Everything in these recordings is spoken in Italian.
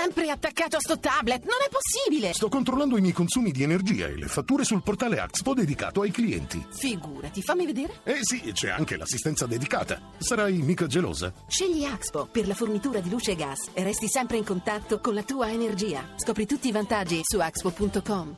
sempre attaccato a sto tablet, non è possibile! Sto controllando i miei consumi di energia e le fatture sul portale Axpo dedicato ai clienti. Figurati, fammi vedere. Sì, c'è anche l'assistenza dedicata. Sarai mica gelosa? Scegli Axpo per la fornitura di luce e gas e resti sempre in contatto con la tua energia. Scopri tutti i vantaggi su axpo.com.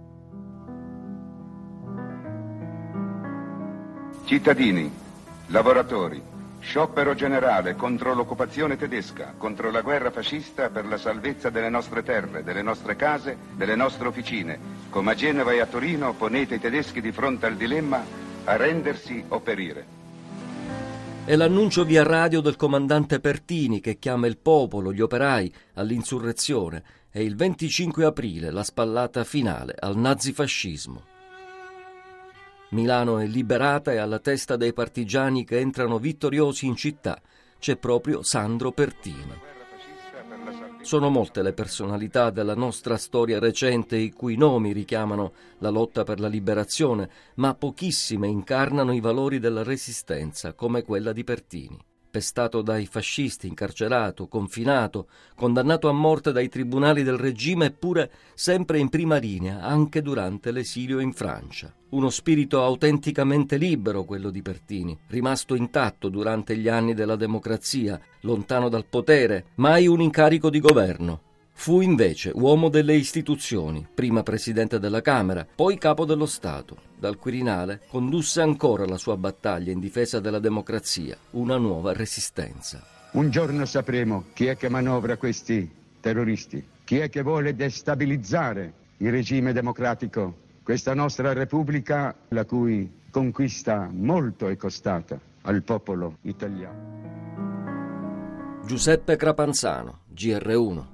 Cittadini, lavoratori, sciopero generale contro l'occupazione tedesca, contro la guerra fascista per la salvezza delle nostre terre, delle nostre case, delle nostre officine. Come a Genova e a Torino ponete i tedeschi di fronte al dilemma arrendersi o perire. È l'annuncio via radio del comandante Pertini che chiama il popolo, gli operai, all'insurrezione. È il 25 aprile, la spallata finale al nazifascismo. Milano è liberata e alla testa dei partigiani che entrano vittoriosi in città c'è proprio Sandro Pertini. Sono molte le personalità della nostra storia recente i cui nomi richiamano la lotta per la liberazione, ma pochissime incarnano i valori della resistenza come quella di Pertini. Pestato dai fascisti, incarcerato, confinato, condannato a morte dai tribunali del regime, eppure sempre in prima linea, anche durante l'esilio in Francia. Uno spirito autenticamente libero, quello di Pertini, rimasto intatto durante gli anni della democrazia, lontano dal potere, mai un incarico di governo. Fu invece uomo delle istituzioni, prima presidente della Camera, poi capo dello Stato. Dal Quirinale condusse ancora la sua battaglia in difesa della democrazia, una nuova resistenza. Un giorno sapremo chi è che manovra questi terroristi, chi è che vuole destabilizzare il regime democratico, questa nostra Repubblica, la cui conquista molto è costata al popolo italiano. Giuseppe Crapanzano, GR1.